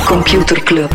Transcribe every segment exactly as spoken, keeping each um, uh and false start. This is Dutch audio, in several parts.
Computer Club.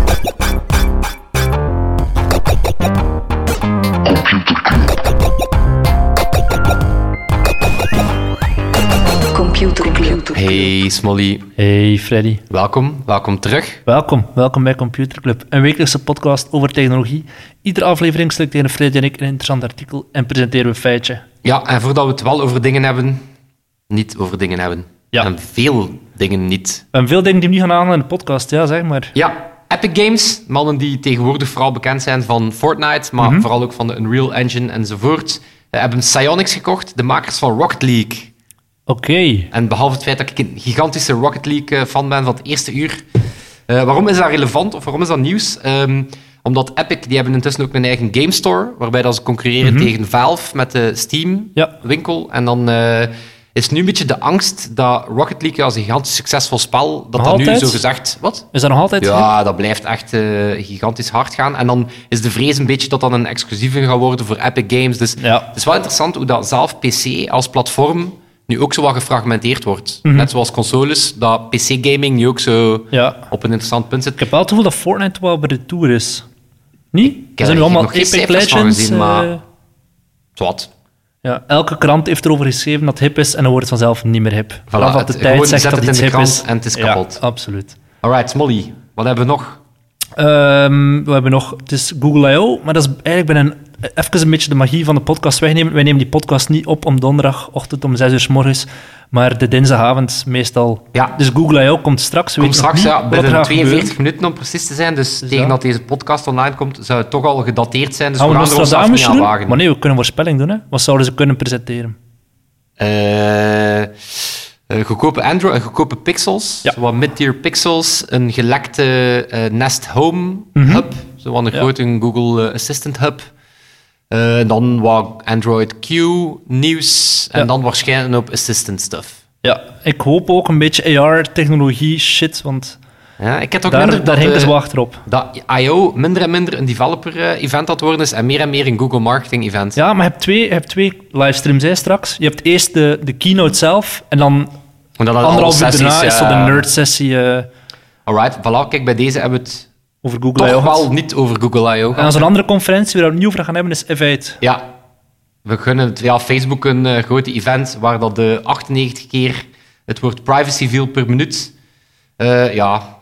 Computer Club. Hey Smolly. Hey Freddy. Welkom, welkom terug. Welkom, welkom bij Computer Club, een wekelijkse podcast over technologie. Iedere aflevering selecteren Freddy en ik een interessant artikel en presenteren we een feitje. Ja, en voordat we het wel over dingen hebben, niet over dingen hebben. Ja. En veel dingen niet. We hebben veel dingen die we niet gaan aanhalen in de podcast, ja, zeg maar. Ja, Epic Games, mannen die tegenwoordig vooral bekend zijn van Fortnite, maar Mm-hmm. vooral ook van de Unreal Engine enzovoort, uh, hebben Psyonix gekocht, de makers van Rocket League. Oké. Okay. En behalve het feit dat ik een gigantische Rocket League-fan ben van het eerste uur, uh, waarom is dat relevant of waarom is dat nieuws? Um, omdat Epic, die hebben intussen ook een eigen game store, waarbij dat ze concurreren Mm-hmm. tegen Valve met de Steam-winkel. Ja. En dan uh, is nu een beetje de angst dat Rocket League als een gigantisch succesvol spel, dat Nog dat nu altijd? zo gezegd... Wat? Is dat nog altijd? Ja, dat blijft echt uh, gigantisch hard gaan. En dan is de vrees een beetje dat dat een exclusieve gaat worden voor Epic Games. Dus Ja. het is wel interessant hoe dat zelf P C als platform nu ook zo wat gefragmenteerd wordt. Mhm. Net zoals consoles, dat P C-gaming nu ook zo Ja. op een interessant punt zit. Ik heb wel het gevoel dat Fortnite wel bij de tour is. Niet? heb Er zijn nu er allemaal nog geen Epic cijfers van Legends. gezien, maar- eh, Zwat. ja, elke krant heeft erover geschreven dat het hip is en dan wordt het vanzelf niet meer hip. Vanaf dat het- de tijd gewoon zegt zet dat het in iets de hip krant is. en het is kapot. Ja, absoluut. Alright, Smolly, wat hebben we nog? Ehm, we hebben nog, het is Google I O, maar dat is eigenlijk bijna een, even een beetje de magie van de podcast wegnemen. Wij nemen die podcast niet op om donderdagochtend om zes uur 's morgens, maar de dinsdagavond meestal. Ja. Dus Google I O komt straks. We Komt weten nog straks, niet ja, wat er binnen gaat tweeënveertig gebeuren. minuten om precies te zijn. Dus, tegen dat. dat deze podcast online komt, zou het toch al gedateerd zijn. Dus Gaan we we gaan er ons af Nostradamus niet aan doen? wagen. Maar nee, we kunnen een voorspelling doen. Hè? Wat zouden ze kunnen presenteren? Eh, eh, goedkope Android, uh, goedkope pixels, Ja. zo wat mid-tier pixels, een gelekte eh, Nest Home Mhm. hub, zo wat een Ja. grote Google eh, Assistant hub. Eh, dan wat Android Q nieuws en Ja. dan waarschijnlijk een hoop assistant stuff. Ja, ik hoop ook een beetje A R-technologie shit, want Ja, ik heb ook daar, minder daar dat, hinken ze eh, wel achterop. dat I O minder en minder een developer-event aan het worden is en meer en meer een Google Marketing-event. Ja, maar je hebt twee, je hebt twee livestreams hè, straks. Je hebt eerst de, de keynote zelf en dan Omdat dat anderhalf uur alle daarna sessies, is zo de ja. nerd-sessie eh, Alright, voilà, kijk, bij deze hebben we het over Google I O toch gehad. wel niet over Google I O En gehad. als een andere conferentie waar we het niet over gaan hebben, is F eight. Ja, we gunnen het, ja, Facebook een uh, grote event waar dat de achtennegentig keer het woord privacy viel per minuut. Uh, ja,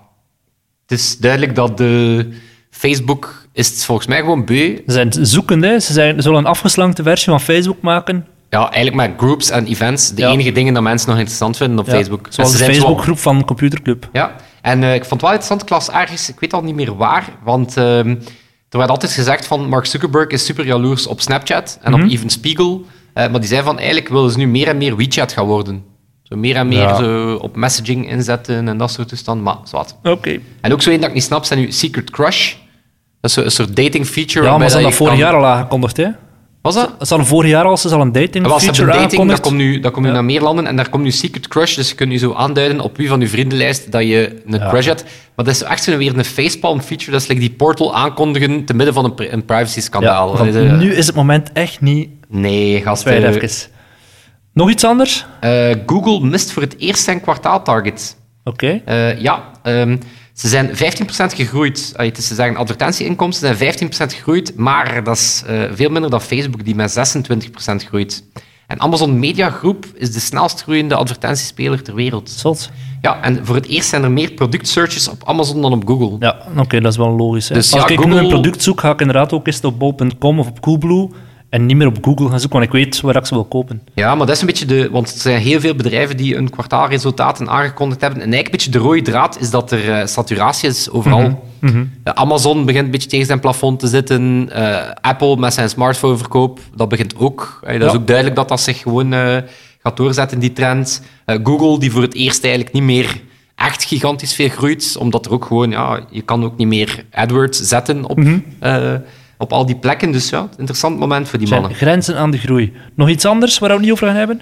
het is duidelijk dat de Facebook is het volgens mij gewoon beu. Ze zijn zoekend, hè. Ze, zijn, ze zullen een afgeslankte versie van Facebook maken. Ja, eigenlijk met groups en events de Ja. enige dingen dat mensen nog interessant vinden op Ja, Facebook. En Zoals ze de zijn zo- Facebookgroep van Computer Club. Ja, en uh, ik vond het wel interessant, ik las ergens, ik weet al niet meer waar, want uh, er werd altijd gezegd van Mark Zuckerberg is super jaloers op Snapchat en Mhm. op Even Spiegel, uh, maar die zei van eigenlijk willen ze nu meer en meer WeChat gaan worden. Zo meer en meer Ja. zo op messaging inzetten en dat soort toestanden, maar zwart. Oké. En ook zo één dat ik niet snap, zijn nu Secret Crush. Dat is zo een soort dating feature. Ja, maar ze waarbij hadden dat je vorig kan- jaar al aangekondigd, hè. Was dat? Ze hadden vorig jaar al, ze al een dating Ja, wel, ze feature hebben dating, dat aangekondigd. komt nu, dat komt nu Ja. naar meer landen en daar komt nu Secret Crush, dus je kunt nu zo aanduiden op wie van je vriendenlijst dat je een Ja. crush hebt. Maar dat is echt zo weer een facepalm feature, dat is like die portal aankondigen te midden van een, pri- een privacy Ja, schandaal. want Dat is, eh, nu is het moment echt niet... Nee, gast. Twijfel eh, even. Nog iets anders? eh, Google mist voor het eerst zijn kwartaaltarget. Oké. Eh, ja, ehm, ze zijn vijftien procent gegroeid. Allee, het is te zeggen, advertentieinkomsten zijn vijftien procent gegroeid, maar dat is eh, veel minder dan Facebook, die met zesentwintig procent groeit. En Amazon Media Group is de snelst groeiende advertentiespeler ter wereld. Zot. Ja, en voor het eerst zijn er meer productsearches op Amazon dan op Google. Ja, oké, dat is wel logisch. Hè. Dus Als ja, ik Google- nu een product zoek, ga ik inderdaad ook eens op bol punt com of op Coolblue en niet meer op Google gaan zoeken, want ik weet waar ik ze wil kopen. Ja, maar dat is een beetje de... Want er zijn heel veel bedrijven die hun kwartaalresultaten aangekondigd hebben. En eigenlijk een beetje de rode draad is dat er eh, saturatie is overal. Mhm. Eh, Amazon begint een beetje tegen zijn plafond te zitten. Eh, Apple met zijn smartphoneverkoop, dat begint ook. Eh, dat is Ja. ook duidelijk dat dat zich gewoon eh, gaat doorzetten, die trend. Eh, Google, die voor het eerst eigenlijk niet meer echt gigantisch veel groeit, omdat er ook gewoon... Ja, je kan ook niet meer AdWords zetten op, Mhm. eh, op al die plekken. Dus ja, interessant moment voor die Er zijn mannen. grenzen aan de groei. Nog iets anders waar we het niet over gaan hebben?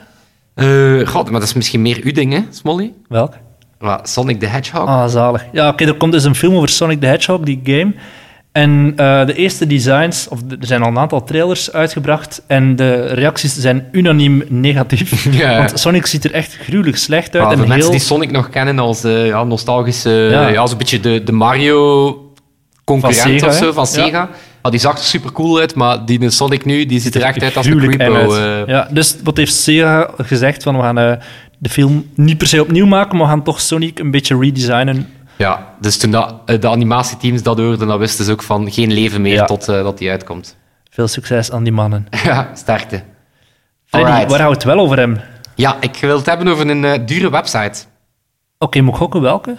Eh, God, maar dat is misschien meer uw ding, hè, Smolly? Welk? Wat, Sonic the Hedgehog? Ah, zalig. Ja, oké, er komt dus een film over Sonic the Hedgehog, die game. En uh, de eerste designs, of de, er zijn al een aantal trailers uitgebracht en de reacties zijn unaniem negatief. Ja. Want Sonic ziet er echt gruwelijk slecht uit. Ah, en voor heel... mensen die Sonic nog kennen als uh, ja, nostalgische, ja. ja, zo'n beetje de, de Mario-concurrent of zo, van Sega. Ja. Ah, die zag er super cool uit, maar die Sonic nu, die ziet er echt uit als een creepo. Uh... Ja, dus wat heeft Sega gezegd? Van, we gaan uh, de film niet per se opnieuw maken, maar we gaan toch Sonic een beetje redesignen. Ja, dus toen dat, de animatieteams dat hoorden, dan wisten ze ook van geen leven meer ja. tot uh, dat die uitkomt. Veel succes aan die mannen. Ja, sterkte. Freddy, waar houdt het wel over hem? Ja, ik wil het hebben over een uh, dure website. Oké, okay, moet ik gokken welke?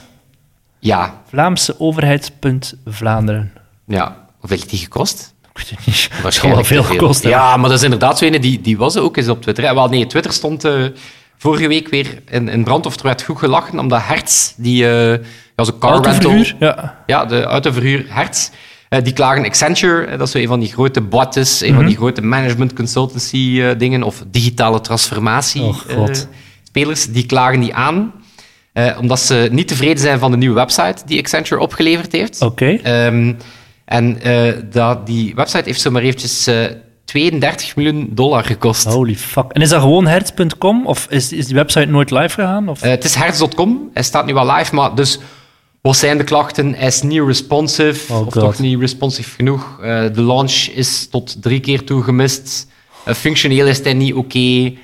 Ja. Vlaamse overheid punt Vlaanderen. Ja, hoeveel heeft die gekost? Ik weet het niet. Waarschijnlijk veel gekost. Ja, maar dat is inderdaad zo een, die, die was ook eens op Twitter. Wel, nee, Twitter stond uh, vorige week weer in, in brand, of er werd goed gelachen, omdat Hertz, die... Uh, Ja, zo'n car rental. Ja. ja, de autoverhuur Hertz. Uh, die klagen Accenture, uh, dat is zo een van die grote boîtes, een mm-hmm. van die grote management consultancy uh, dingen, of digitale transformatie oh, uh, spelers, die klagen die aan, uh, omdat ze niet tevreden zijn van de nieuwe website die Accenture opgeleverd heeft. Oké. Okay. Um, en uh, dat, die website heeft zomaar eventjes... Uh, tweeëndertig miljoen dollar gekost. Holy fuck. En is dat gewoon hertz punt com? Of is, is die website nooit live gegaan? Of? Uh, het is hertz punt com. Hij staat nu wel live, maar dus... Wat zijn de klachten? Hij is niet responsive, oh of God. toch niet responsive genoeg. Uh, de launch is tot drie keer toe gemist. Uh, functioneel is hij niet oké. Okay.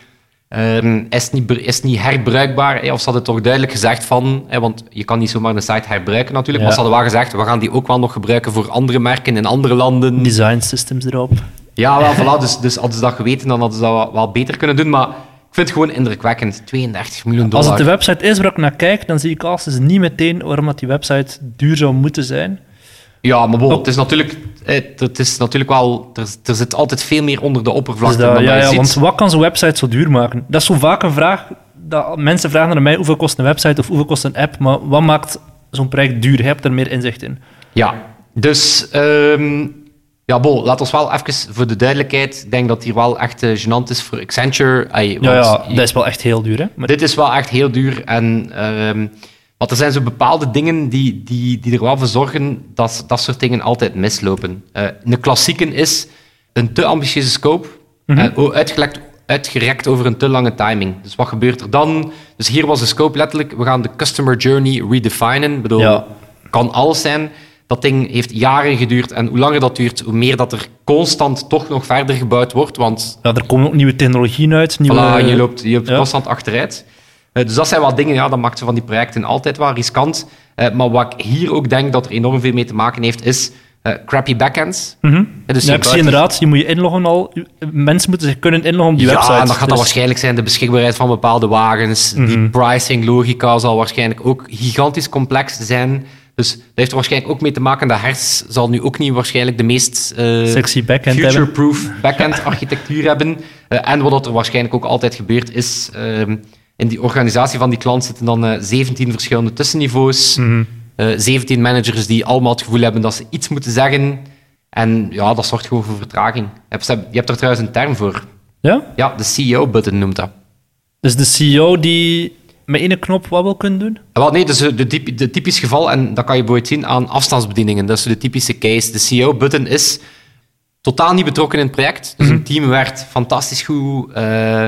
Um, is, is niet herbruikbaar. Hey, of ze hadden toch duidelijk gezegd van... Hey, want je kan niet zomaar een site herbruiken natuurlijk. Ja. Maar ze hadden wel gezegd, we gaan die ook wel nog gebruiken voor andere merken in andere landen. Design systems erop. Ja, wel, voilà. Dus, dus hadden ze dat geweten, dan hadden ze dat wel, wel beter kunnen doen. Maar... Ik vind het gewoon indrukwekkend. tweeëndertig miljoen dollar. Als het de website is waar ik naar kijk, dan zie ik als dus niet meteen waarom dat die website duur zou moeten zijn. Ja, maar bon, oh. het, is natuurlijk, het is natuurlijk wel... Er, er zit altijd veel meer onder de oppervlakte dus dat, dan ja, je ja, ziet. Want wat kan zo'n website zo duur maken? Dat is zo vaak een vraag... Dat mensen vragen naar mij hoeveel kost een website of hoeveel kost een app, maar wat maakt zo'n project duur? Je hebt er meer inzicht in. Ja, dus... Um, Ja, bo, laat ons wel even voor de duidelijkheid... Ik denk dat hier wel echt uh, gênant is voor Accenture. Ay, ja, ja, dat is wel echt heel duur, hè? Maar... Dit is wel echt heel duur. En, um, want er zijn zo bepaalde dingen die, die, die er wel voor zorgen dat dat soort dingen altijd mislopen. Uh, een klassieke is een te ambitieuze scope, mm-hmm. uh, uitgelekt, uitgerekt over een te lange timing. Dus wat gebeurt er dan? Dus hier was de scope letterlijk... We gaan de customer journey redefinen. Ik bedoel, ja. kan alles zijn... Dat ding heeft jaren geduurd en hoe langer dat duurt, hoe meer dat er constant toch nog verder gebouwd wordt. Want ja, er komen ook nieuwe technologieën uit. Nieuwe... Voilà, je loopt, je loopt ja. constant achteruit. Uh, dus dat zijn wel dingen, ja, dat maakt ze van die projecten altijd wel riskant. Uh, maar wat ik hier ook denk dat er enorm veel mee te maken heeft, is uh, crappy backends. Mm-hmm. Uh, dus ja, ik zie inderdaad, je moet je inloggen al. Mensen moeten zich kunnen inloggen op die ja, website. Ja, en dat gaat dus... dan waarschijnlijk zijn de beschikbaarheid van bepaalde wagens. Mm-hmm. Die pricing logica zal waarschijnlijk ook gigantisch complex zijn. Dus dat heeft er waarschijnlijk ook mee te maken dat Hertz zal nu ook niet waarschijnlijk de meest uh, sexy backend future-proof backend architectuur hebben. Uh, en wat er waarschijnlijk ook altijd gebeurt is, uh, in die organisatie van die klant zitten dan uh, zeventien verschillende tussenniveaus, mm-hmm. uh, zeventien managers die allemaal het gevoel hebben dat ze iets moeten zeggen. En ja, dat zorgt gewoon voor vertraging. Je hebt er trouwens een term voor. Ja? Ja, de C E O-button noemt dat. Dus de C E O die... met één knop wat wil kunnen doen? Wel, nee, dat is de, de, de typisch geval, en dat kan je bijvoorbeeld zien aan afstandsbedieningen. Dat is de typische case. De C E O-button is totaal niet betrokken in het project. Dus mm-hmm. een team werkt fantastisch goed, uh,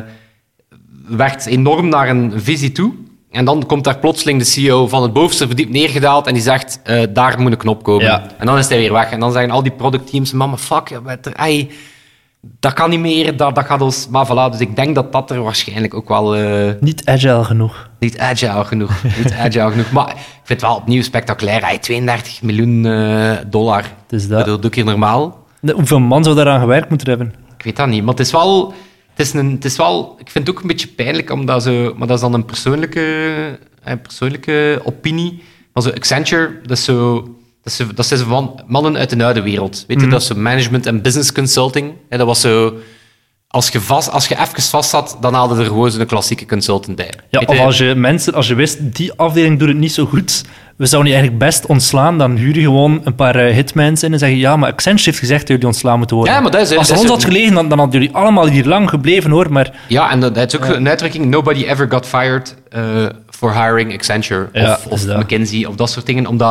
werkt enorm naar een visie toe. En dan komt daar plotseling de C E O van het bovenste verdiep neergedaald en die zegt, uh, daar moet een knop komen. Ja. En dan is hij weer weg. En dan zeggen al die productteams, mama, fuck, ey, dat kan niet meer, dat, dat gaat ons... Maar voilà, dus ik denk dat dat er waarschijnlijk ook wel... Uh, niet agile genoeg. Niet agile genoeg, niet agile genoeg. Maar ik vind het wel opnieuw spectaculair. Hey, tweeëndertig miljoen uh, dollar. Dus dat... Dat doe ik hier normaal. De, hoeveel man zou daaraan gewerkt moeten hebben? Ik weet dat niet, maar het is wel... Het is, een, het is wel... Ik vind het ook een beetje pijnlijk, omdat zo... Maar dat is dan een persoonlijke, een persoonlijke opinie. Maar zo Accenture, dat is zo... Dat, is, dat zijn zo mannen uit de oude wereld. Weet je, mm. dat is zo management en business consulting. En dat was zo... Als je, vast, als je even vast zat, dan haalde er gewoon zo'n klassieke consultant bij. Ja, of als je mensen, als je wist, die afdeling doet het niet zo goed, we zouden die eigenlijk best ontslaan, dan huur je gewoon een paar uh, hitmans in en zeg je, ja, maar Accenture heeft gezegd dat jullie ontslaan moeten worden. Ja, maar dat is, als het ons had gelegen, dan, dan hadden jullie allemaal hier lang gebleven, hoor. Maar, ja, en dat, dat is ook ja. een uitdrukking, nobody ever got fired uh, for hiring Accenture. Ja, of of McKinsey, of dat soort dingen. Omdat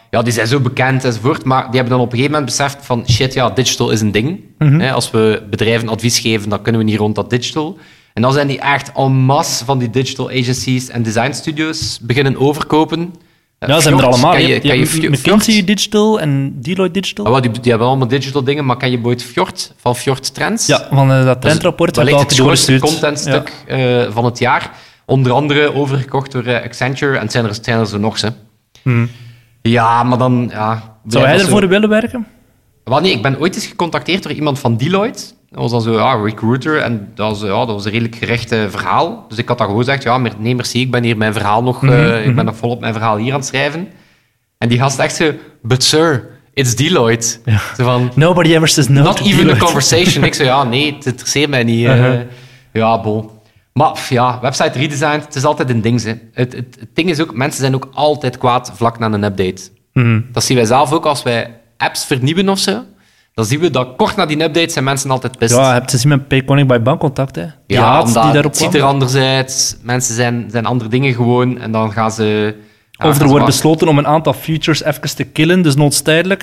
ja, die zijn zo bekend enzovoort, maar die hebben dan op een gegeven moment beseft van shit, ja, digital is een ding. Mhm. Hè, als we bedrijven advies geven, dan kunnen we niet rond dat digital. En dan zijn die echt en masse van die digital agencies en design studios beginnen overkopen. Ja, ze hebben er allemaal. Ken je, Je, ken je, je, je McKinsey Fjord? Digital en Deloitte Digital. Ah, wel, die, die hebben allemaal digital dingen, maar ken je bijvoorbeeld Fjord, van Fjord Trends? Ja, van uh, dat trendrapport. Dat heb ligt ik het altijd grootste doorgestuurd. contentstuk ja. uh, van het jaar. Onder andere overgekocht door uh, Accenture. En het zijn er, het zijn er zo nog, ze. Hmm. Ja, maar dan... Ja, Zou jij zo... ervoor willen werken? Wel, nee, ik ben ooit eens gecontacteerd door iemand van Deloitte. Dat was dan zo, ja, recruiter. En dat was, ja, dat was een redelijk gerichte verhaal. Dus ik had dan gewoon gezegd, ja, maar nee, merci, ik ben hier mijn verhaal nog... Uh, mm-hmm. Ik ben nog volop mijn verhaal hier aan het schrijven. En die gast echt zo, but sir, it's Deloitte. Ja. Zo van, Nobody ever says no not to even Deloitte. a conversation. Ik zo, ja, nee, het interesseert mij niet. Uh, Uh-huh. Ja, bon. Maar pff, ja, website redesign, het is altijd een ding. Hè. Het, het, het ding is ook, mensen zijn ook altijd kwaad vlak na een update. Mm. Dat zien wij zelf ook als wij apps vernieuwen of zo. Dan zien we dat kort na die update zijn mensen altijd pist. Ja, je hebt het gezien met Payconic bij Bankcontact. Hè. Die ja, haat omdat die daarop het ziet kwam. er anders uit. Mensen zijn, zijn andere dingen gewoon. En dan gaan ze... Ja, Of er gaan wordt ze besloten om een aantal features even te killen, dus noodstijdelijk,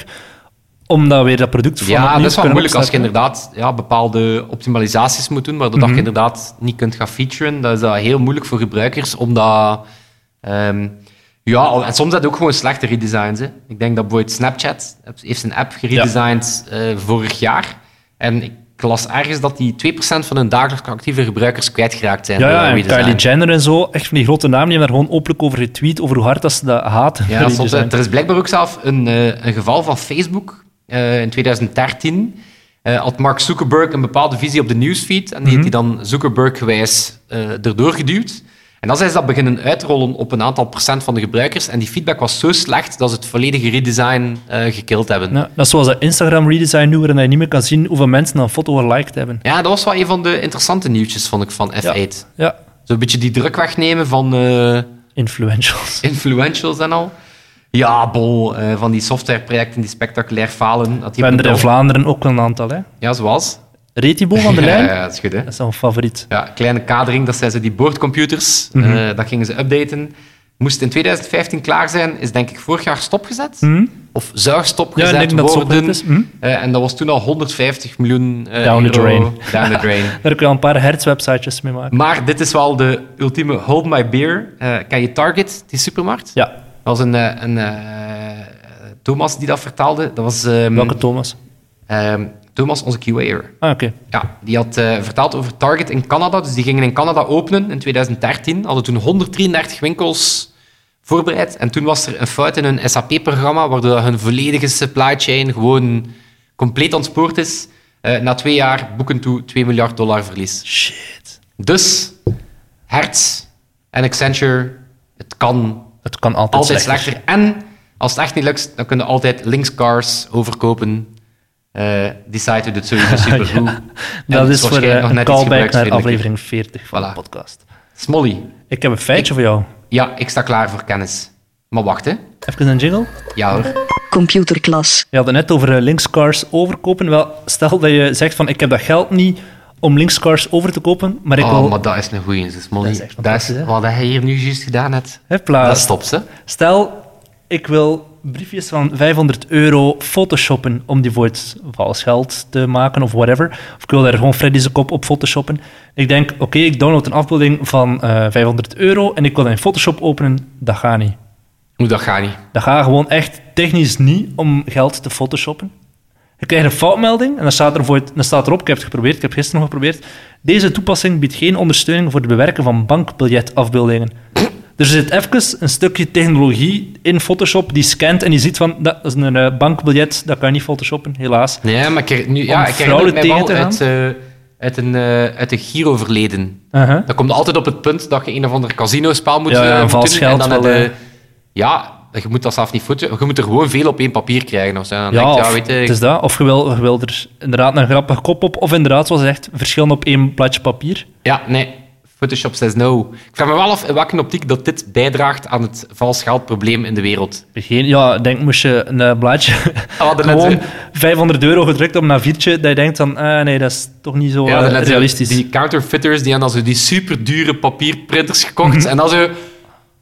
om dan weer dat product van Ja, opnieuw dat is wel kunnen moeilijk als je opstarten. inderdaad ja, bepaalde optimalisaties moet doen, waardoor Mhm. dat je inderdaad niet kunt gaan featuren. Dat is dat heel moeilijk voor gebruikers, omdat... ehm, ja, en soms heb je ook gewoon slechte redesigns. Hè. Ik denk dat bijvoorbeeld Snapchat heeft zijn app geredesigned eh, vorig jaar. En ik las ergens dat die twee procent van hun dagelijks actieve gebruikers kwijtgeraakt zijn. Ja, door ja, dat en redesign. Kylie Jenner en zo, echt van die grote namen, die hebben daar gewoon openlijk over getweet, over hoe hard dat ze dat haten. Ja, die soms, design. er is blijkbaar ook zelf een, uh, een geval van Facebook uh, in twintig dertien. Uh, had Mark Zuckerberg een bepaalde visie op de newsfeed en die Mhm. heeft hij dan Zuckerberg-gewijs uh, erdoor geduwd. En dan zijn ze dat beginnen uitrollen op een aantal procent van de gebruikers en die feedback was zo slecht dat ze het volledige redesign uh, gekild hebben. Ja, dat is zoals dat Instagram redesign nu, waarin je niet meer kan zien hoeveel mensen een foto geliked hebben. Ja, dat was wel een van de interessante nieuwtjes, vond ik, van F acht. Ja, Zo'n beetje die druk wegnemen van uh, influentials. influentials en al. Ja, bol, uh, van die softwareprojecten die spectaculair falen. Dat We hebben er in Vlaanderen ook wel een aantal. Hè. Ja, zoals? Retibo van de lijn, Ja, ja, dat is goed, hè. dat is een favoriet. Ja, kleine kadering, dat zijn zo die boordcomputers. Mhm. Uh, dat gingen ze updaten. Moest in twintig vijftien klaar zijn, is denk ik vorig jaar stopgezet. Mhm. Of zou Ja, stopgezet ik denk dat het zo worden. goed is. Mhm. Uh, en dat was toen al honderdvijftig miljoen uh, Down the euro drain. down the drain. Daar kun je al een paar hertz-websitejes mee maken. Maar dit is wel de ultieme hold my beer. Uh, ken je Target, die supermarkt? Ja, Dat was een, uh, een uh, Thomas die dat vertaalde. Dat was um, welke Thomas? um, Thomas, onze Q A'er. Ah, oké. Ja, die had uh, verteld over Target in Canada. Dus die gingen in Canada openen in twintig dertien. Hadden toen honderddrieëndertig winkels voorbereid. En toen was er een fout in hun S A P-programma, waardoor hun volledige supply chain gewoon compleet ontspoord is. Uh, na twee jaar boeken toe twee miljard dollar verlies. Shit. Dus Hertz en Accenture, het kan Het kan altijd, altijd slechter. slechter. En als het echt niet lukt, dan kunnen altijd Linkscars overkopen. Uh, die site doet het sowieso supergoed. En Dat het is voor waarschijnlijk uh, nog een net iets callback naar gebruiksvriendelijker. aflevering veertig van Voilà. de podcast. Smolly, Ik heb een feitje voor jou. ja, ik sta klaar voor kennis. Maar wacht, hè. Even een jingle. Ja hoor. Computerklas. Je had het net over uh, Linkscars overkopen. Wel, stel dat je zegt van ik heb dat geld niet om Linkscars over te kopen, maar ik Oh, wil... maar dat is een goeie, Smolly. Dat is echt Dat fantastisch, is hè? wat hij hier nu juist gedaan hebt. Hè, plaats. Dat stopt ze. Stel, ik wil briefjes van vijfhonderd euro photoshoppen om die voor het vals geld te maken of whatever. Of ik wil daar gewoon Freddy's kop op photoshoppen. Ik denk, oké, okay, ik download een afbeelding van uh, vijfhonderd euro en ik wil dat in Photoshop openen. Dat gaat niet. Hoe, dat gaat niet. Dat gaat gewoon echt technisch niet om geld te photoshoppen. Je krijgt een foutmelding en dan staat, er voor het, dan staat erop, ik heb het geprobeerd, ik heb gisteren nog geprobeerd, deze toepassing biedt geen ondersteuning voor het bewerken van bankbiljetafbeeldingen. Er zit even een stukje technologie in Photoshop die scant en die ziet van, dat is een uh, bankbiljet, dat kan je niet photoshoppen, helaas. Nee, maar ik, nu, ja, Om ik fraude herinner mij wel tegen te uit, uh, uit een, uh, uit een Giro-verleden. Uh-huh. Dat komt altijd op het punt dat je een of ander casino-spel moet, Ja, ja, uh, moet vals doen. geld en dan wel, heb je- uh, ja, je moet dat zelf niet foto's. Je moet er gewoon veel op één papier krijgen. Of zo. Dan Ja, denk je, of, ja, weet je, het is dat. Of je wil, je wil er inderdaad een grappige kop op, of inderdaad, zoals je zegt, verschillen op één plaatje papier. ja, nee. Photoshop says no. Ik vraag me wel af in welke optiek dat dit bijdraagt aan het vals geldprobleem in de wereld. Geen, ja, ik denk, moest je een uh, blaadje Ah, wat er net gewoon zo- vijfhonderd euro gedrukt op een A viertje, dat je denkt van, ah, nee, dat is toch niet zo Ja, uh, dan net zo realistisch. die counterfeiters die hadden dan zo die super dure papierprinters gekocht. En dan zo...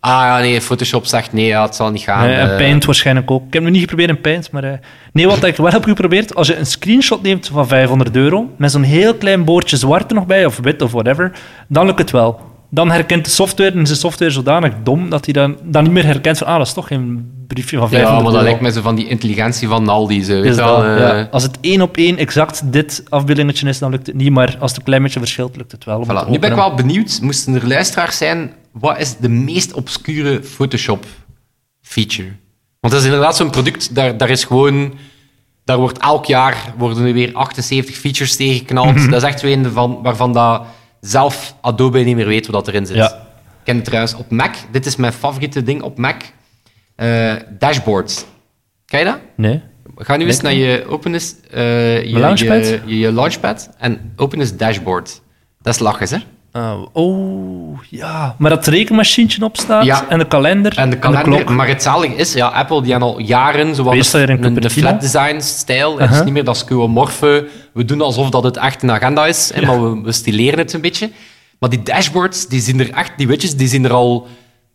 Ah ja, nee, Photoshop zegt nee, ja, het zal niet gaan. Nee, en uh... Paint waarschijnlijk ook. Ik heb het nog niet geprobeerd in Paint, maar... Uh... Nee, wat ik wel heb geprobeerd, als je een screenshot neemt van vijfhonderd euro, met zo'n heel klein boordje zwart er nog bij, of wit of whatever, dan lukt het wel. Dan herkent de software, en is de software zodanig dom, dat hij dan, dan niet meer herkent van, ah, dat is toch geen briefje van vijfhonderd euro. Ja, maar dat lijkt mij zo van die intelligentie van Aldi. Zo, weet wel, dat, uh... ja. Als het één op één exact dit afbeeldingetje is, dan lukt het niet, maar als het een klein beetje verschilt, lukt het wel. Voilà. Nu ben ik wel benieuwd, moesten er luisteraars zijn, wat is de meest obscure Photoshop-feature? Want dat is inderdaad zo'n product, daar, daar is gewoon... Daar wordt elk jaar worden er weer achtenzeventig features tegengeknald. Mm-hmm. Dat is echt een van, waarvan dat zelf Adobe niet meer weet wat erin zit. Ja. Ik ken het trouwens op Mac. Dit is mijn favoriete ding op Mac. Uh, dashboards. Ken je dat? Nee. Ga nu eens naar je open eens, uh, je, launchpad? Je, je, je launchpad en open eens dashboard. Dat is lachen, hè? Uh, oh, ja. Maar dat rekenmachientje op staat ja. en de kalender en de kalender. En de klok. Maar het zalige is, ja, Apple die al jaren zoals een, een, een flat design stijl. Uh-huh. Het is niet meer dat skeuomorfe. We doen alsof dat het echt een agenda is, ja. hè, maar we, we stileren het een beetje. Maar die dashboards, die zien er echt, die widgets, die zien er al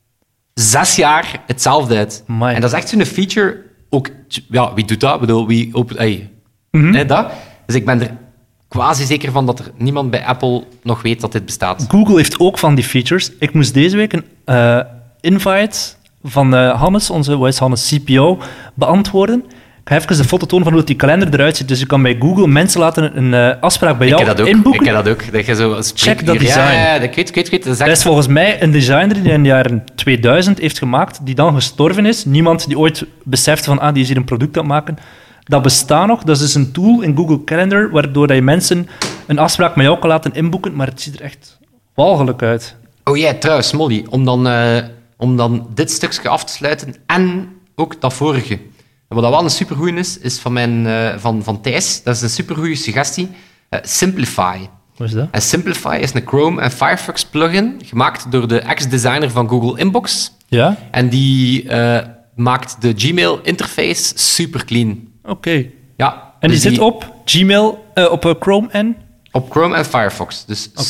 zes jaar hetzelfde uit. Amai. En dat is echt zo'n feature. Ook, ja, wie doet dat? Ik bedoel, wie opent... Hey, mm-hmm. hè, dat. Dus ik ben er quasi zeker van dat er niemand bij Apple nog weet dat dit bestaat. Google heeft ook van die features. Ik moest deze week een uh, invite van uh, Hannes, onze wat is Hannes, C P O, beantwoorden. Ik ga even de foto tonen van hoe die kalender eruit ziet. Dus je kan bij Google mensen laten een uh, afspraak bij jou ik inboeken. Ik heb dat ook. Dat je zo check dat design. Ja, ja, ik weet, ik weet, ik weet. Dat is, echt... dat is volgens mij een designer die in de jaren tweeduizend heeft gemaakt, die dan gestorven is. Niemand die ooit besefte van, ah, die is hier een product aan het maken. Dat bestaat nog. Dat is dus een tool in Google Calendar, waardoor dat je mensen een afspraak met jou kan laten inboeken, maar het ziet er echt walgelijk uit. Oh ja, yeah, trouwens, Molly, om dan, uh, om dan dit stukje af te sluiten en ook dat vorige. En wat dat wel een supergoeie is, is van, mijn, uh, van, van Thijs. Dat is een supergoeie suggestie. Uh, Simplify. Wat is dat? En Simplify is een Chrome en Firefox plugin, gemaakt door de ex-designer van Google Inbox. Ja? En die uh, maakt de Gmail-interface super clean. Oké. Okay. Ja, en dus die zit die... op Gmail, uh, op uh, Chrome en? Op Chrome en Firefox. Dus okay.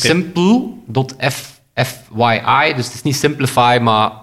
simple.fyi. Dus het is niet Simplify, maar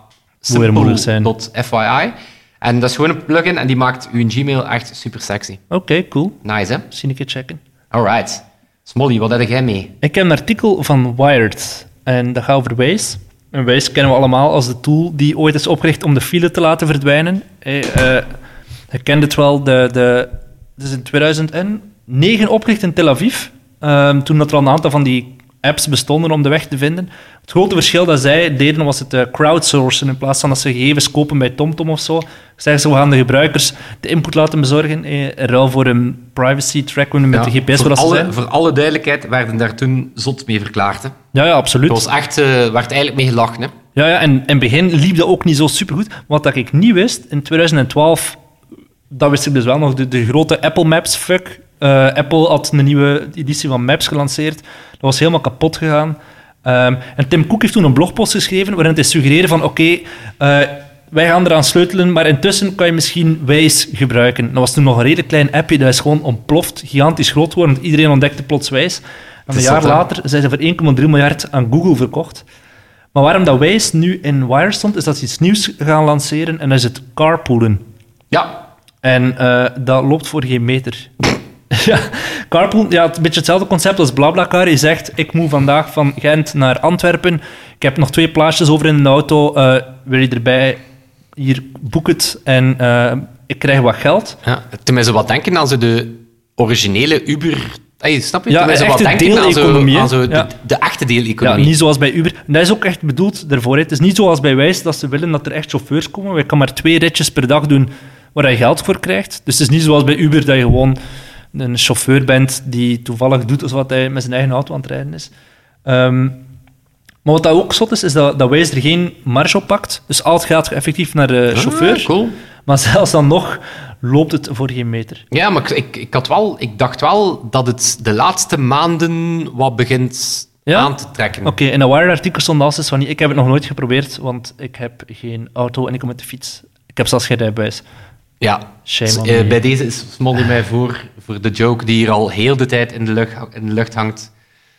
simple.fyi. En dat is gewoon een plugin en die maakt uw Gmail echt super sexy. Oké, okay, cool. Nice, hè? Misschien een keer checken. Alright. Smolly, wat heb jij mee? Ik heb een artikel van Wired en dat gaat over Waze. En Waze kennen we allemaal als de tool die ooit is opgericht om de file te laten verdwijnen. Hey, uh, je kent het wel, de, de, het is in tweeduizend negen opgericht in Tel Aviv. Um, toen dat er al een aantal van die apps bestonden om de weg te vinden. Het grote verschil dat zij deden was het uh, crowdsourcen. In plaats van dat ze gegevens kopen bij TomTom of zo. Zeggen ze, we gaan de gebruikers de input laten bezorgen. Eh, in ruil voor een privacy track met ja, de G P S. Voor alle, zijn. voor alle duidelijkheid werden daar toen zot mee verklaard. Hè? Ja, ja, absoluut. Het was echt, uh, werd eigenlijk mee gelachen. Hè? Ja, ja, en in het begin liep dat ook niet zo supergoed. Wat dat ik niet wist, in tweeduizend twaalf, dat wist ik dus wel nog, de, de grote Apple Maps fuck. Uh, Apple had een nieuwe editie van Maps gelanceerd. Dat was helemaal kapot gegaan. Um, en Tim Cook heeft toen een blogpost geschreven waarin het suggereerde van oké, okay, uh, wij gaan eraan sleutelen, maar intussen kan je misschien Waze gebruiken. Dat was toen nog een redelijk klein appje, dat is gewoon ontploft, gigantisch groot geworden, want iedereen ontdekte plots Waze. En een jaar later zijn ze voor één komma drie miljard aan Google verkocht. Maar waarom dat Waze nu in Wire stond, is dat ze iets nieuws gaan lanceren en dat is het carpoolen. Ja. En uh, dat loopt voor geen meter. Ja, carpool, ja, het is een beetje hetzelfde concept als BlaBlaCar. Je zegt, ik moet vandaag van Gent naar Antwerpen. Ik heb nog twee plaatsjes over in de auto. Uh, wil je erbij? Hier, boek het. En uh, ik krijg wat geld. Ja, toen mij zo wat denken aan zo de originele Uber... Hey, snap je? Ja, toen mij zo wat denken aan zo, aan zo ja. de, de echte deeleconomie. Ja, niet zoals bij Uber. En dat is ook echt bedoeld daarvoor. Hè. Het is niet zoals bij Waze dat ze willen dat er echt chauffeurs komen. Je kan maar twee ritjes per dag doen waar je geld voor krijgt. Dus het is niet zoals bij Uber dat je gewoon een chauffeur bent die toevallig doet alsof hij met zijn eigen auto aan het rijden is. Um, maar wat dat ook zot is, is dat, dat Waze er geen marge op pakt. Dus al het geld effectief naar de chauffeur. Ah, cool. Maar zelfs dan nog loopt het voor geen meter. Ja, maar ik, ik, had wel, ik dacht wel dat het de laatste maanden wat begint ja? aan te trekken. Oké, okay, in een Wired-artikel stond alles van... Ik heb het nog nooit geprobeerd, want ik heb geen auto en ik kom met de fiets. Ik heb zelfs geen rijbewijs. Ja, dus, uh, bij deze is Smolly mij voor, voor de joke die hier al heel de tijd in de lucht, in de lucht hangt.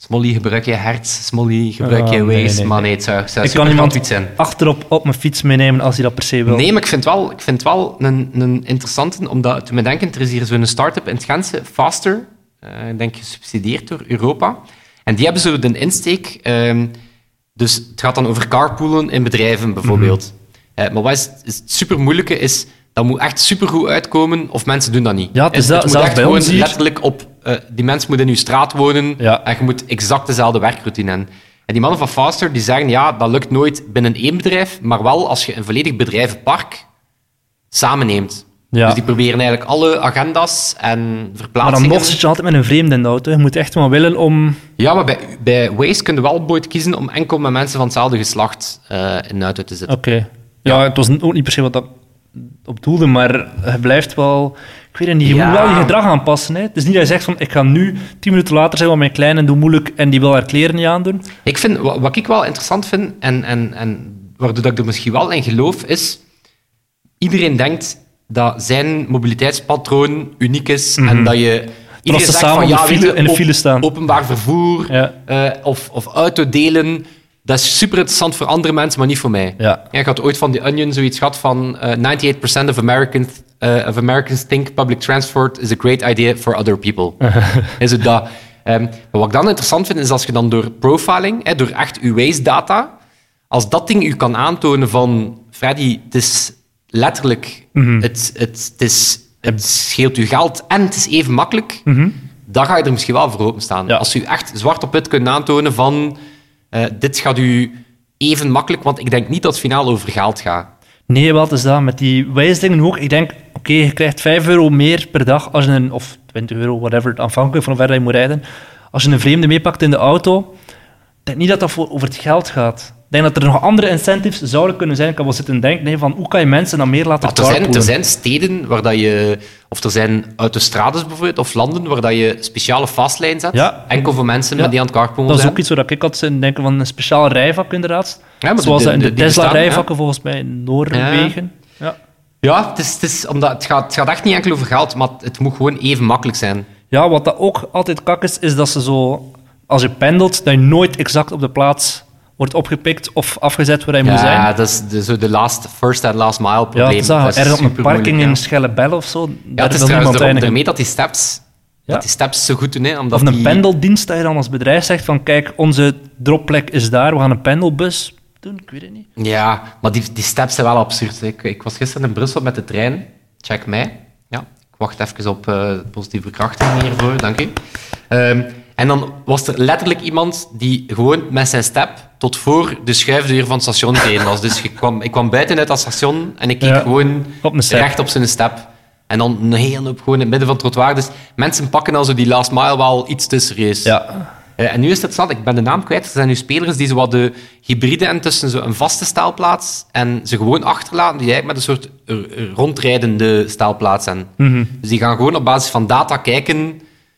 Smolly, gebruik je Hertz? Smolly, gebruik je Oh, Waze? nee, nee, nee. Maar nee, het zou, het zou Ik super kan iemand gratuit zijn. achterop op mijn fiets meenemen als hij dat per se wil. Nee, maar ik vind wel, ik vind wel een, een interessante, omdat toen me denken, er is hier zo'n start-up in het Gentse, Faster, uh, ik denk gesubsidieerd door Europa. En die hebben zo de insteek, um, dus het gaat dan over carpoolen in bedrijven bijvoorbeeld. Mm-hmm. Uh, maar wat is, is het super moeilijke is, dat moet echt supergoed uitkomen of mensen doen dat niet. Ja, het is dat, het moet zelfs echt bij gewoon ons hier. letterlijk op, uh, die mensen moeten in je straat wonen Ja. en je moet exact dezelfde werkroutine hebben. En die mannen van Faster die zeggen, ja, dat lukt nooit binnen één bedrijf, maar wel als je een volledig bedrijvenpark samenneemt. Ja. Dus die proberen eigenlijk alle agenda's en Maar verplaatsingen... dan nog zit je altijd met een vreemde in de auto. Je moet echt wel willen om... Ja, maar bij, bij Waze kun je wel ooit kiezen om enkel met mensen van hetzelfde geslacht uh, in de auto te zitten. Oké. Okay. Ja, ja, het was ook niet per se wat dat op doelde, maar je blijft wel... Ik weet het niet, je Ja. moet wel je gedrag aanpassen. Hè. Het is niet dat je zegt van, ik ga nu tien minuten later zijn, want mijn kleine doet moeilijk en die wil haar kleren niet aandoen. Ik vind, wat, wat ik wel interessant vind, en, en, en waardoor ik er misschien wel in geloof, is... Iedereen denkt dat zijn mobiliteitspatroon uniek is mm-hmm. en dat je... Iedereen ze zegt samen van, ja, in de file- weet je, in de op- file staan. Openbaar vervoer Ja. uh, of, of autodelen, dat is super interessant voor andere mensen, maar niet voor mij. Ja. Ja, ik had ooit van The Onion zoiets gehad van uh, ninety-eight percent of Americans, uh, of Americans think public transport is a great idea for other people. Is het dat? Um, maar wat ik dan interessant vind, is als je dan door profiling, hè, door echt uw Waze-data, als dat ding u kan aantonen van Freddy, het is letterlijk, Mhm. het, het, het, is, het scheelt u geld en het is even makkelijk, Mhm. dan ga je er misschien wel voor openstaan. Ja. Als u echt zwart op wit kunt aantonen van uh, dit gaat u even makkelijk, want ik denk niet dat het finaal over geld gaat. Nee, wat is dat? Met die wijsdingen ook. Ik denk, oké, je krijgt vijf euro meer per dag als je een... Of twintig euro, whatever, afhankelijk van hoe ver je moet rijden. Als je een vreemde meepakt in de auto, ik denk niet dat dat voor, over het geld gaat. Ik denk dat er nog andere incentives zouden kunnen zijn. Ik kan wel zitten denken, nee, van hoe kan je mensen dan meer laten Maar er, zijn, carpoolen? er zijn steden waar dat je... Of er zijn autostrades bijvoorbeeld, of landen waar dat je speciale fastlane zet. Ja. Enkel voor mensen Ja. met die aan het carpoolen Dat is zijn. ook iets waar ik had zitten denken van een speciaal rijvak, inderdaad. Ja, maar Zoals de- dat in de, de- die bestaan, Tesla-rijvakken volgens mij in Noorwegen. Ja. Ja, het, is, het, is, omdat het, gaat, het gaat echt niet enkel over geld, maar het moet gewoon even makkelijk zijn. Ja, wat dat ook altijd kak is, is dat ze zo... Als je pendelt, dat je nooit exact op de plaats wordt opgepikt of afgezet waar je moet zijn. Ja, dat is de, zo de last, first and last mile Ja, probleem. het is dat. Dat is Ergens op een supermoeilijk, parking ja. in Schellebelle of zo. Ja, daar het is wil trouwens niemand daarom, eindigen. daarmee dat die steps, Ja. dat die steps zo goed doen. Hè, omdat Of een die, pendeldienst, dat je dan als bedrijf zegt van kijk, onze dropplek is daar, we gaan een pendelbus doen. Ik weet het niet. Ja, maar die, die steps zijn wel absurd. Hè. Ik, ik was gisteren in Brussel met de trein. Check mij. Ja, ik wacht even op uh, positieve verkrachting hiervoor, dank u. Um, en dan was er letterlijk iemand die gewoon met zijn step tot voor de schuifdeur van het station gereden was. Dus ik kwam, ik kwam buiten uit dat station en ik keek Ja, gewoon op een step. recht op zijn step. En dan een hele hoop gewoon in het midden van het trottoir. Dus mensen pakken dan zo die last mile wel iets te serieus. Ja. Uh, en nu is het interessant, ik ben de naam kwijt. Er zijn nu spelers die zo wat de hybride en tussen zo een vaste stelplaats en ze gewoon achterlaten, die eigenlijk met een soort r- r- rondrijdende stelplaats zijn. Mhm. Dus die gaan gewoon op basis van data kijken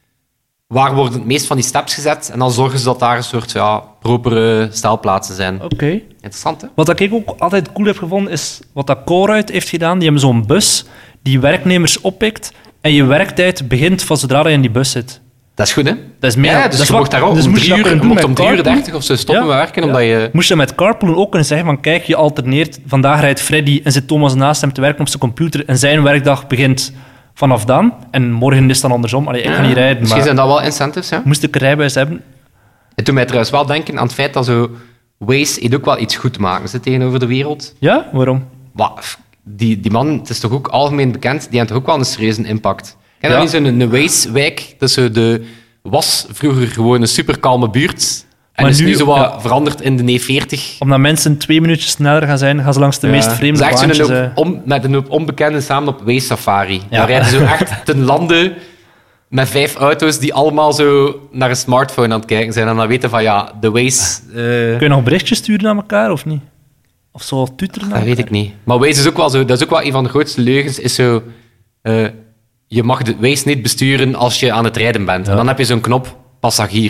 waar worden het meest van die steps gezet en dan zorgen ze dat daar een soort ja, propere stelplaatsen zijn. Oké. Interessant, hè? Wat ik ook altijd cool heb gevonden, is wat dat Colruyt heeft gedaan. Die hebben zo'n bus die werknemers oppikt en je werktijd begint van zodra je in die bus zit. Dat is goed, hè? Dat is mega. Ja, dus dat is je wat- mocht daar ook dus om moest je drie dat uur, kunnen mocht doen om met drie uur carpoolen. dertig of zo stoppen Ja, met werken, ja. omdat je... Moest je met carpoolen ook kunnen zeggen van kijk, je alterneert, vandaag rijdt Freddy en zit Thomas naast hem te werken op zijn computer en zijn werkdag begint vanaf dan en morgen is het dan andersom. Allee, ik ga niet rijden, Misschien maar zijn dat wel incentives, ja. moest ik een rijbewijs hebben? Het doet mij trouwens wel denken aan het feit dat zo Waze heeft ook wel iets goed te maken ze, tegenover de wereld. Ja? Waarom? Maar die, die man, het is toch ook algemeen bekend, die heeft toch ook wel een serieuze impact. Ken je Ja. niet zo'n een Waze-wijk? Dat zo de, was vroeger gewoon een super kalme buurt. En Maar is nu, nu- zo wat ja. veranderd in de E veertig. Omdat mensen twee minuutjes sneller gaan zijn, gaan ze langs de meest vreemde Dat is echt baantjes. zo'n eh. hoop om, met een hoop onbekenden samen op Waze-safari. Ja. Daar rijden ze echt ten lande met vijf auto's die allemaal zo naar een smartphone aan het kijken zijn. En dan weten van, ja, de Waze... eh, Kun je nog berichtjes sturen naar elkaar, of niet? Of zo tuteren naar Dat weet ik niet. Maar Waze is ook wel zo... Dat is ook wel een van de grootste leugens, is zo... eh, je mag de Waze niet besturen als je aan het rijden bent. En dan heb je zo'n knop, passagier.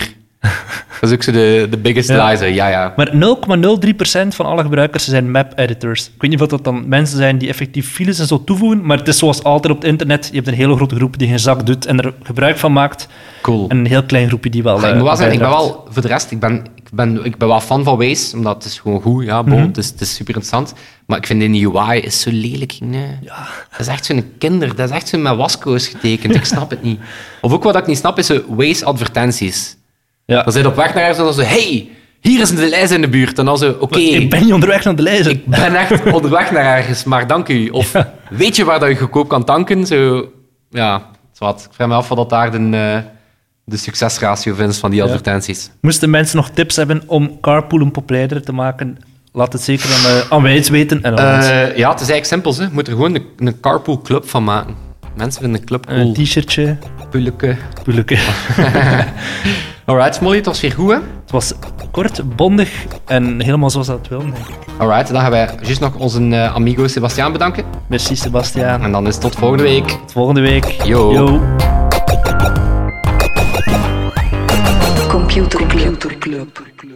Dat is ook zo de, de biggest Ja. lie. Zo. Ja, ja. Maar nul komma nul drie procent van alle gebruikers zijn map-editors. Ik weet niet of dat dan mensen zijn die effectief files en zo toevoegen, maar het is zoals altijd op het internet. Je hebt een hele grote groep die geen zak doet en er gebruik van maakt. Cool. En een heel klein groepje die wel... Ja, ik eh, moet wel zeggen, ik ben bijdraagt. wel, voor de rest, ik ben, ik ben, ik ben wel fan van Waze, omdat het is gewoon goed, ja, bon, Mhm. het, is, het is super interessant. Maar ik vind in die U I is zo lelijk. Nee. Ja. Dat is echt zo'n kinder, dat is echt zo met waskoos getekend, ik snap het niet. Of ook wat ik niet snap, is zo Waze-advertenties. Ja. Dan zit op weg naar ergens en dan zo, hey, hier is de lijst in de buurt. En dan zo, oké, Ik ben niet onderweg naar de lijst. ik ben echt onderweg naar ergens, maar dank u. Of weet je waar dat je goedkoop kan tanken? Zo, ja, zwart. Ik vraag me af wat dat daar de, eh, de succesratio vindt van die Ja. advertenties. Moesten mensen nog tips hebben om carpoolen populairder te maken, laat het zeker aan, uh, aan wij het weten. En aan ons. Eh, ja, het is eigenlijk simpel. Hè. Je moet er gewoon een, een carpool club van maken. Mensen vinden een club cool. Een t-shirtje, Pulleke. pulleke. Alright, Smolly, het was weer goed, hè? Het was kort, bondig en helemaal zoals dat wil, denk ik. Alright, dan gaan wij juist nog onze uh, amigo Sebastiaan bedanken. Merci, Sebastiaan. En dan is het tot volgende week. Tot volgende week. Yo. Yo. Computer Club.